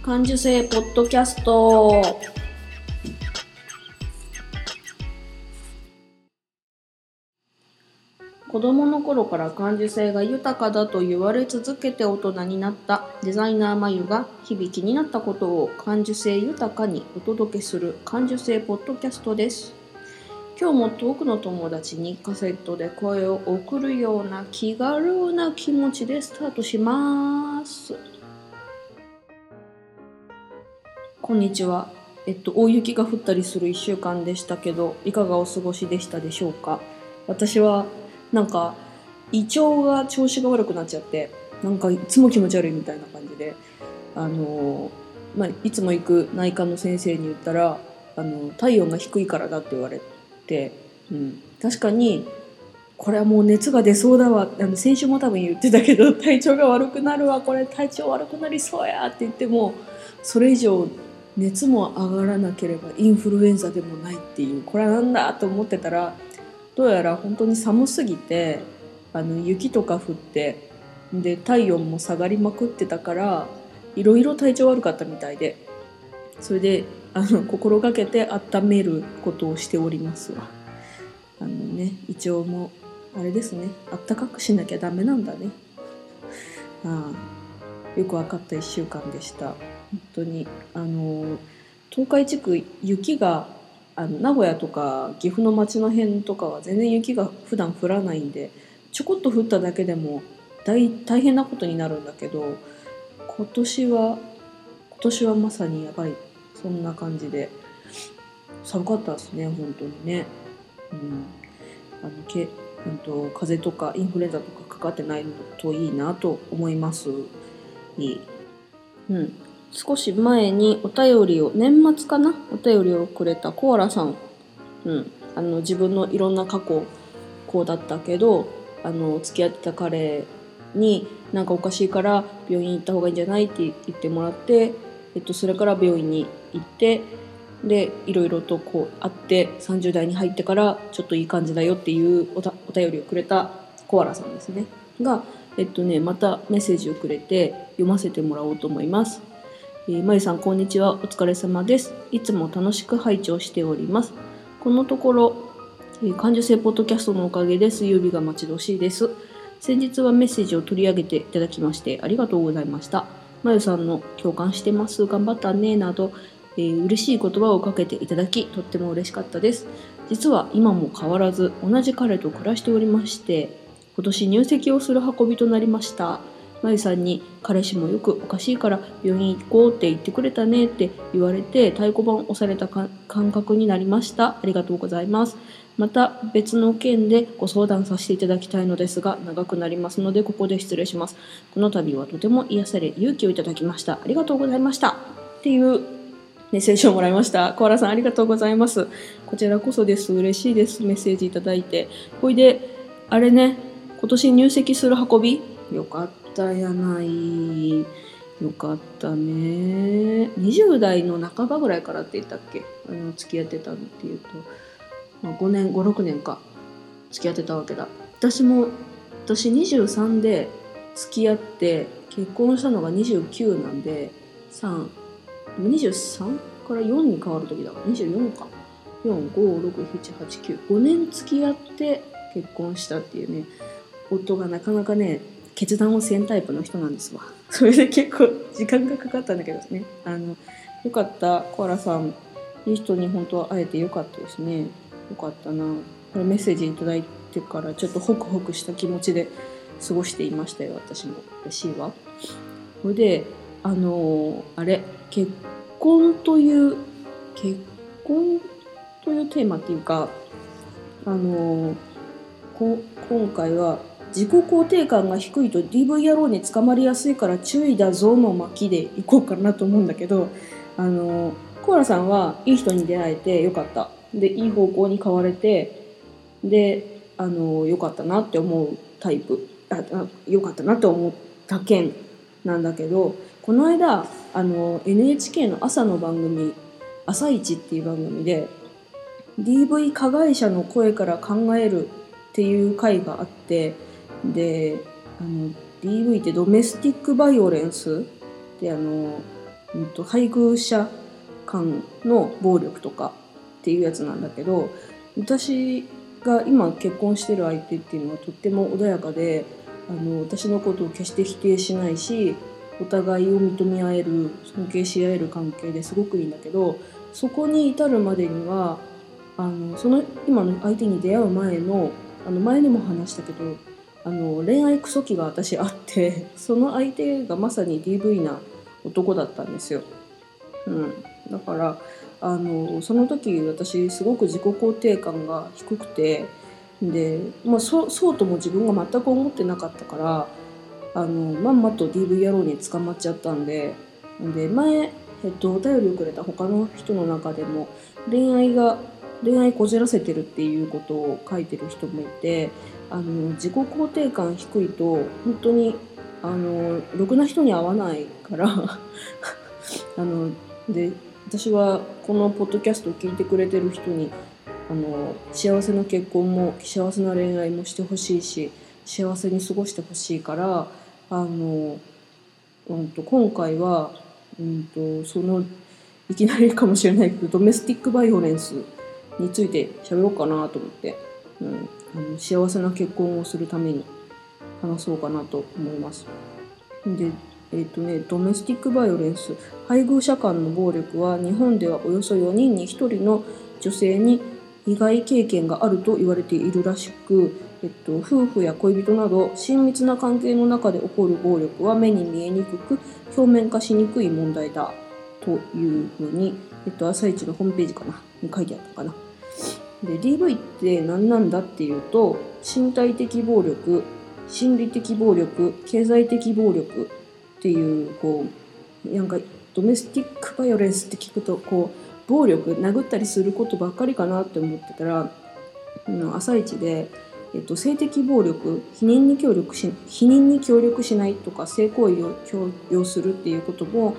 感受性ポッドキャスト。子供の頃から感受性が豊かだと言われ続けて大人になったデザイナーまゆが日々気になったことを感受性豊かにお届けする感受性ポッドキャストです。今日も遠くの友達にカセットで声を送るような気軽な気持ちでスタートします。こんにちは。大雪が降ったりする1週間でしたけど、いかがお過ごしでしたでしょうか。私は胃腸が調子が悪くなっちゃって、いつも気持ち悪いみたいな感じで、いつも行く内科の先生に言ったら、体温が低いからだって言われて、確かにこれはもう熱が出そうだわ。先週も多分言ってたけど、体調が悪くなるわ、これ体調悪くなりそうやって言っても、それ以上熱も上がらなければインフルエンザでもないっていう、これはなんだと思ってたら、どうやら本当に寒すぎて雪とか降ってで体温も下がりまくってたから、いろいろ体調悪かったみたいで、それで心がけて温めることをしておりますわ。胃腸もあれですね、あったかくしなきゃダメなんだね。よく分かった1週間でした。本当に東海地区雪が名古屋とか岐阜の町の辺とかは全然雪が普段降らないんで、ちょこっと降っただけでも大変なことになるんだけど、今年はまさにやばい、そんな感じで寒かったですね、本当にね。風邪とかインフルエンザとかかかってないといいなと思います。少し前にお便りを、年末かな、お便りをくれたコアラさん、自分のいろんな過去こうだったけど、付き合ってた彼におかしいから病院行った方がいいんじゃないって言ってもらって、それから病院に行って、でいろいろとこうあって、30代に入ってからちょっといい感じだよっていうお便りをくれたコアラさんですねが、またメッセージをくれて読ませてもらおうと思います。まゆさん、こんにちは。お疲れ様です。いつも楽しく拝聴しております。このところ、感受性ポッドキャストのおかげで水曜日が待ち遠しいです。先日はメッセージを取り上げていただきましてありがとうございました。まゆさんの共感してます、頑張ったねなど、嬉しい言葉をかけていただき、とっても嬉しかったです。実は今も変わらず同じ彼と暮らしておりまして、今年入籍をする運びとなりました。まゆさんに彼氏もよくおかしいから病院行こうって言ってくれたねって言われて、太鼓判を押された感覚になりました。ありがとうございます。また別の件でご相談させていただきたいのですが、長くなりますのでここで失礼します。この度はとても癒され勇気をいただきました。ありがとうございましたっていうメッセージをもらいました。コアラさん、ありがとうございます。こちらこそです。嬉しいです。メッセージいただいて。ほいであれね、今年入籍する運びよかったやない。よかったね。20代の半ばぐらいからって言ったっけ、付き合ってたのっていうと、5年5、6年か付き合ってたわけだ。私23で付き合って結婚したのが29なんで、23から4に変わる時だから24か。4、5、6、7、8、9、5年付き合って結婚したっていうね。夫がなかなかね、決断をせんタイプの人なんですわ。それで結構時間がかかったんだけどね。よかった。コアラさん、いい人に本当は会えてよかったですね。よかったな。これメッセージいただいてからちょっとホクホクした気持ちで過ごしていましたよ。私も嬉しいわ。それで結婚というテーマっていうか、今回は自己肯定感が低いと DV 野郎に捕まりやすいから注意だぞの巻でいこうかなと思うんだけど、コアラさんはいい人に出会えてよかった。で、いい方向に変われて、で、よかったなって思うタイプ。よかったなって思った件なんだけど、この間NHK の朝の番組、朝一っていう番組で DV 加害者の声から考えるっていう回があって、でDV ってドメスティックバイオレンスで配偶者間の暴力とかっていうやつなんだけど、私が今結婚してる相手っていうのはとっても穏やかで、私のことを決して否定しないし、お互いを認め合える、尊敬し合える関係ですごくいいんだけど、そこに至るまでにはその今の相手に出会う前の前にも話したけど恋愛クソ期が私あって、その相手がまさに DV な男だったんですよ。だからその時私すごく自己肯定感が低くて、で、そうとも自分が全く思ってなかったからまんまと DV 野郎に捕まっちゃったんで、前、お便りをくれた他の人の中でも恋愛こじらせてるっていうことを書いてる人もいて、自己肯定感低いと本当にろくな人に会わないからで、私はこのポッドキャストを聞いてくれてる人に幸せな結婚も幸せな恋愛もしてほしいし、幸せに過ごしてほしいから、今回は、そのいきなりかもしれないけどドメスティックバイオレンスについて喋ろうかなと思って、幸せな結婚をするために話そうかなと思います。で、ドメスティックバイオレンス、配偶者間の暴力は日本ではおよそ4人に1人の女性に被害経験があると言われているらしく、夫婦や恋人など親密な関係の中で起こる暴力は目に見えにくく表面化しにくい問題だというふうに、朝一のホームページかなに書いてあったかな。で DV って何なんだっていうと、身体的暴力、心理的暴力、経済的暴力っていう、なんかドメスティックバイオレンスって聞くと暴力殴ったりすることばっかりかなって思ってたら、朝一で、性的暴力、否認に協力しないとか性行為を強要するっていうことも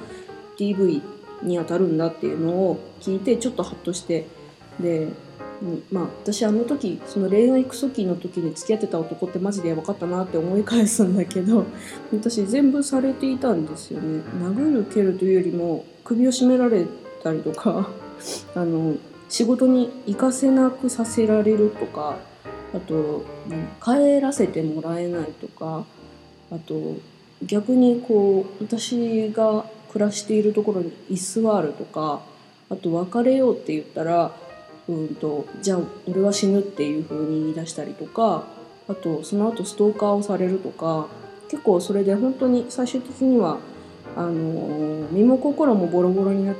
DV に当たるんだっていうのを聞いてちょっとハッとして、で、私あの時その恋愛クソ期の時に付き合ってた男ってマジでやばかったなって思い返すんだけど、私全部されていたんですよね。殴る蹴るというよりも首を絞められたりとか仕事に行かせなくさせられるとか、あと帰らせてもらえないとか、あと逆に私が暮らしているところに居座るとか、あと別れようって言ったらじゃあ俺は死ぬっていう風に言い出したりとか、あとその後ストーカーをされるとか、結構それで本当に最終的には身も心もボロボロになって、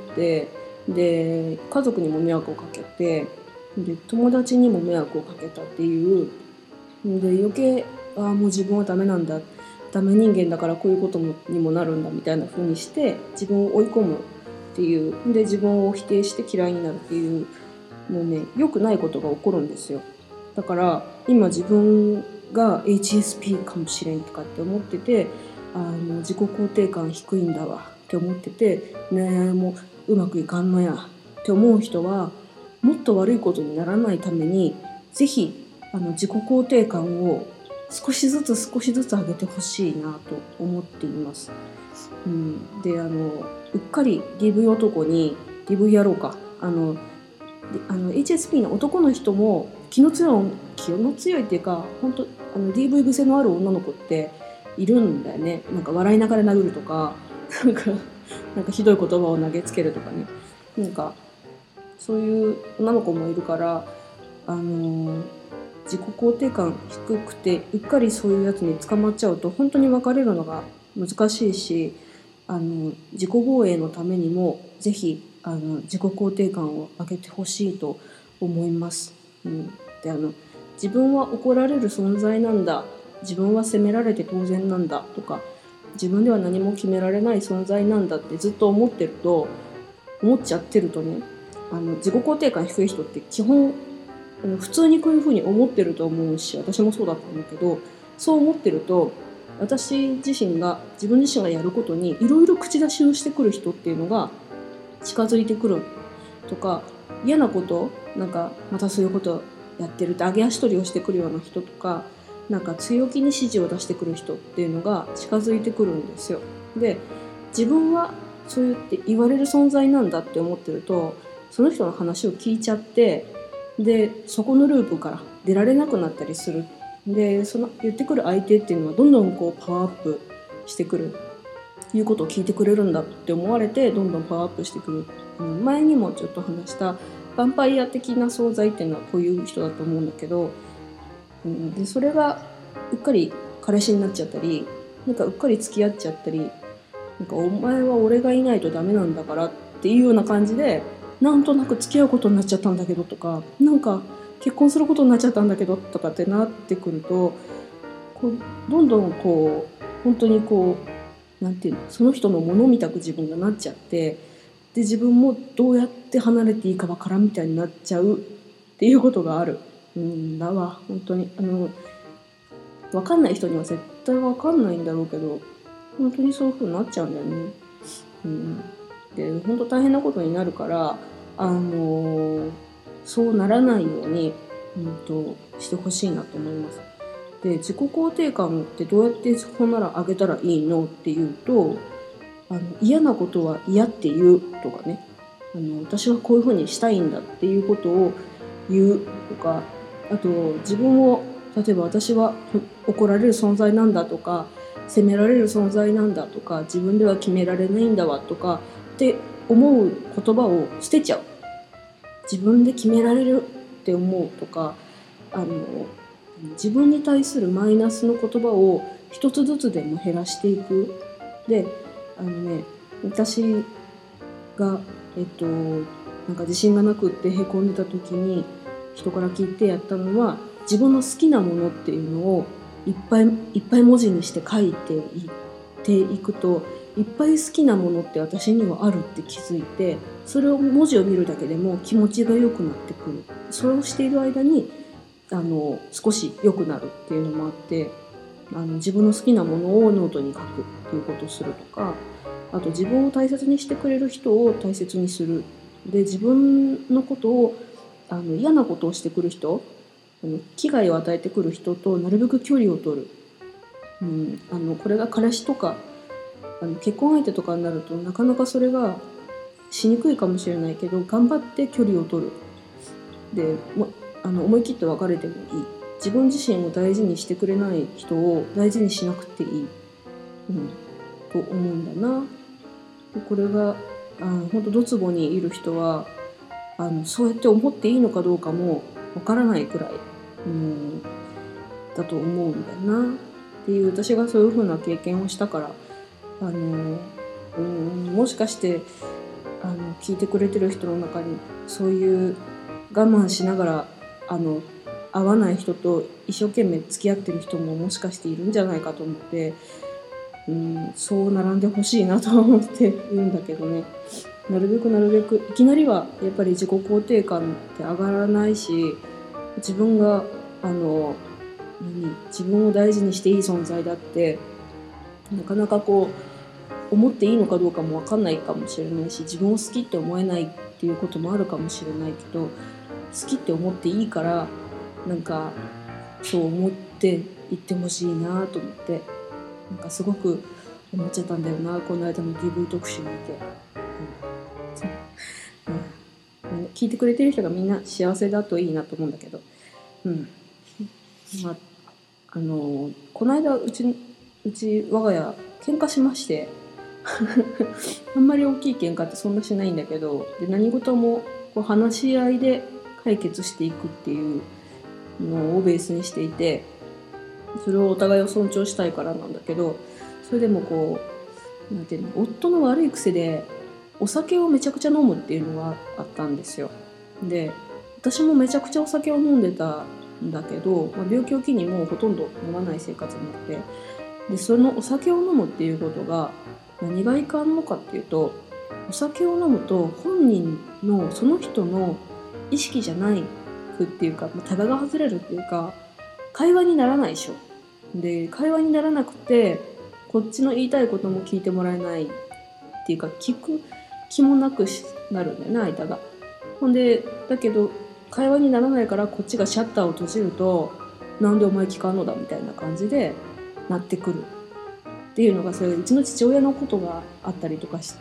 で家族にも迷惑をかけて、で友達にも迷惑をかけたっていう、で余計もう自分はダメなんだ、ダメ人間だからこういうことにもなるんだみたいな風にして自分を追い込むっていう、で自分を否定して嫌いになるっていうもうね、良くないことが起こるんですよ。だから今自分が HSP かもしれんとかって思ってて、自己肯定感低いんだわって思ってて、恋愛もうまくいかんのやって思う人は、もっと悪いことにならないためにぜひ自己肯定感を少しずつ上げてほしいなと思っています。でうっかり DV 男に DV 野郎かHSP の男の人も気の強いっていうか、本当DV 癖のある女の子っているんだよね。なんか笑いながら殴るとか、なんかひどい言葉を投げつけるとかね。なんかそういう女の子もいるから、自己肯定感低くてうっかりそういうやつに捕まっちゃうと本当に別れるのが難しいし、自己防衛のためにもぜひ自己肯定感を上げてほしいと思います。で自分は怒られる存在なんだ、自分は責められて当然なんだとか、自分では何も決められない存在なんだってずっと思っちゃってるとね、自己肯定感低い人って基本普通にこういうふうに思ってると思うし、私もそうだったんだけど、そう思ってると自分自身がやることにいろいろ口出しをしてくる人っていうのが近づいてくるとか、嫌なことなんかまたそういうことやってるって上げ足取りをしてくるような人とか、なんか強気に指示を出してくる人っていうのが近づいてくるんですよ。で自分はそう言って言われる存在なんだって思ってると、その人の話を聞いちゃって、でそこのループから出られなくなったりする。でその言ってくる相手っていうのはどんどんこうパワーアップしてくる、言うことを聞いてくれるんだって思われてどんどんパワーアップしてくる。前にもちょっと話したヴァンパイア的な存在っていうのはこういう人だと思うんだけど、でそれがうっかり彼氏になっちゃったり、なんかうっかり付き合っちゃったり、なんかお前は俺がいないとダメなんだからっていうような感じで、なんとなく付き合うことになっちゃったんだけどとか、なんか結婚することになっちゃったんだけどとかってなってくると、こうどんどんこう本当にこうなんていうの、その人のものみたく自分がなっちゃって、で自分もどうやって離れていいかわからんみたいになっちゃうっていうことがある。だわ、本当に分かんない人には絶対分かんないんだろうけど、本当にそういう風になっちゃうんだよね。で本当大変なことになるから、そうならないように、してほしいなと思います。で自己肯定感ってどうやってほんなら上げたらいいのっていうと、嫌なことは嫌って言うとかね、私はこういう風にしたいんだっていうことを言うとか、あと自分を例えば私は怒られる存在なんだとか、責められる存在なんだとか、自分では決められないんだわとかって思う言葉を捨てちゃう。自分で決められるって思うとか、自分に対するマイナスの言葉を一つずつでも減らしていく。で私がなんか自信がなくってへこんでた時に人から聞いてやったのは、自分の好きなものっていうのをいっぱいいっぱい文字にして書いていっていくと、いっぱい好きなものって私にはあるって気づいて、それを文字を見るだけでも気持ちが良くなってくる。それをしている間に少し良くなるっていうのもあって、自分の好きなものをノートに書くっていうことをするとか、あと自分を大切にしてくれる人を大切にする。で自分のことを嫌なことをしてくる人、危害を与えてくる人となるべく距離を取る。これが彼氏とか結婚相手とかになるとなかなかそれがしにくいかもしれないけど、頑張って距離を取る。で思い切って別れてもいい。自分自身を大事にしてくれない人を大事にしなくていい、と思うんだな。でこれが本当ドツボにいる人はそうやって思っていいのかどうかもわからないくらい、だと思うんだよなっていう、私がそういう風な経験をしたから、もしかして聞いてくれてる人の中にそういう我慢しながら合わない人と一生懸命付き合ってる人ももしかしているんじゃないかと思って、そう並んでほしいなと思って言うんだけどね。なるべくいきなりはやっぱり自己肯定感って上がらないし、自分が自分を大事にしていい存在だってなかなかこう思っていいのかどうかも分かんないかもしれないし、自分を好きって思えないっていうこともあるかもしれないけど、好きって思っていいからなんかそう思っていってほしいなと思って、なんかすごく思っちゃったんだよな、この間の DV 特集見て。聞いてくれてる人がみんな幸せだといいなと思うんだけど、この間うち我が家喧嘩しましてあんまり大きい喧嘩ってそんなしないんだけど、で何事もこう話し合いで解決していくっていうのをベースにしていて、それをお互いを尊重したいからなんだけど、それでもこうなんていうの、夫の悪い癖でお酒をめちゃくちゃ飲むっていうのがあったんですよ。で私もめちゃくちゃお酒を飲んでたんだけど、病気を機にもうほとんど飲まない生活になって、でそのお酒を飲むっていうことが何がいかんのかっていうと、お酒を飲むと本人のその人の意識じゃないくっていうか、タガが外れるっていうか、会話にならないでしょ。で会話にならなくてこっちの言いたいことも聞いてもらえないっていうか、聞く気もなくなるんだよね、相手が。ほんでだけど会話にならないからこっちがシャッターを閉じると、なんでお前聞かんのだみたいな感じでなってくるっていうのが、それうちの父親のことがあったりとか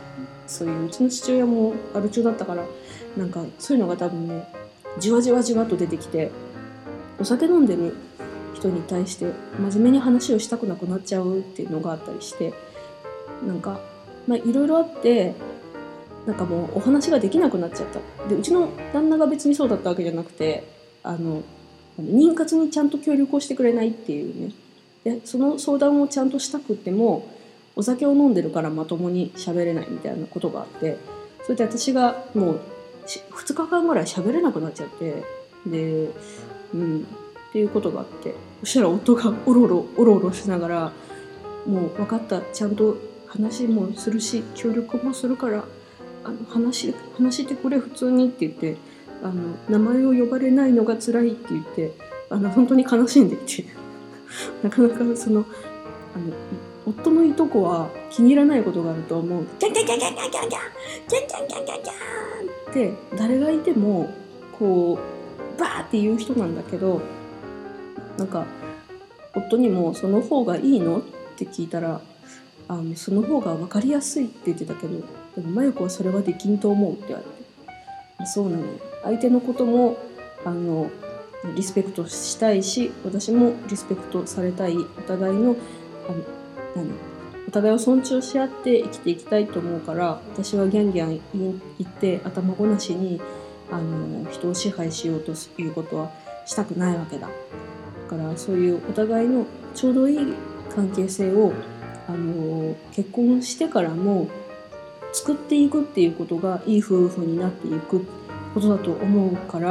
そういううちの父親もアル中だったから、なんかそういうのが多分ねじわじわじわと出てきて、お酒飲んでる人に対して真面目に話をしたくなくなっちゃうっていうのがあったりして、なんかいろいろあって、なんかもうお話ができなくなっちゃった。でうちの旦那が別にそうだったわけじゃなくて、妊活にちゃんと協力をしてくれないっていうね。でその相談をちゃんとしたくってもお酒を飲んでるからまともに喋れないみたいなことがあって、それで私がもう2日間ぐらい喋れなくなっちゃって、でっていうことがあって、そしたら夫がおろおろしながら、もう分かった、ちゃんと話もするし協力もするから話してくれ普通にって言って、名前を呼ばれないのが辛いって言って本当に悲しんでいてなかなか夫のいとこは気に入らないことがあるともうギャンギャンギャンギャンギャンギャンギャンギャンギャンギャンギャンギャンって誰がいてもこうバーって言う人なんだけど、なんか夫にもその方がいいのって聞いたら、その方が分かりやすいって言ってたけど、でも真由子はそれはできんと思うって言われて、そうなのよ。相手のこともリスペクトしたいし、私もリスペクトされたい、お互いのお互いを尊重し合って生きていきたいと思うから、私はギャンギャン言って頭ごなしに人を支配しようということはしたくないわけだ。だからそういうお互いのちょうどいい関係性を結婚してからも作っていくっていうことがいい夫婦になっていくことだと思うから、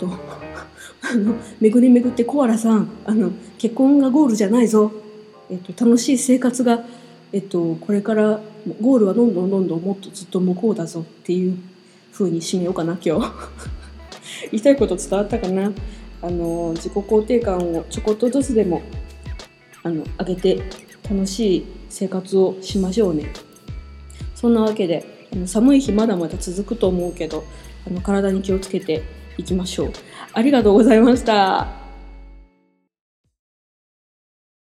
巡り巡ってコアラさん結婚がゴールじゃないぞ、楽しい生活が、これからゴールはどんどんもっとずっと向こうだぞっていう風に締めようかな今日言いたいこと伝わったかな。自己肯定感をちょこっとずつでも上げて楽しい生活をしましょうね。そんなわけで寒い日まだまだ続くと思うけど体に気をつけていきましょう。ありがとうございました。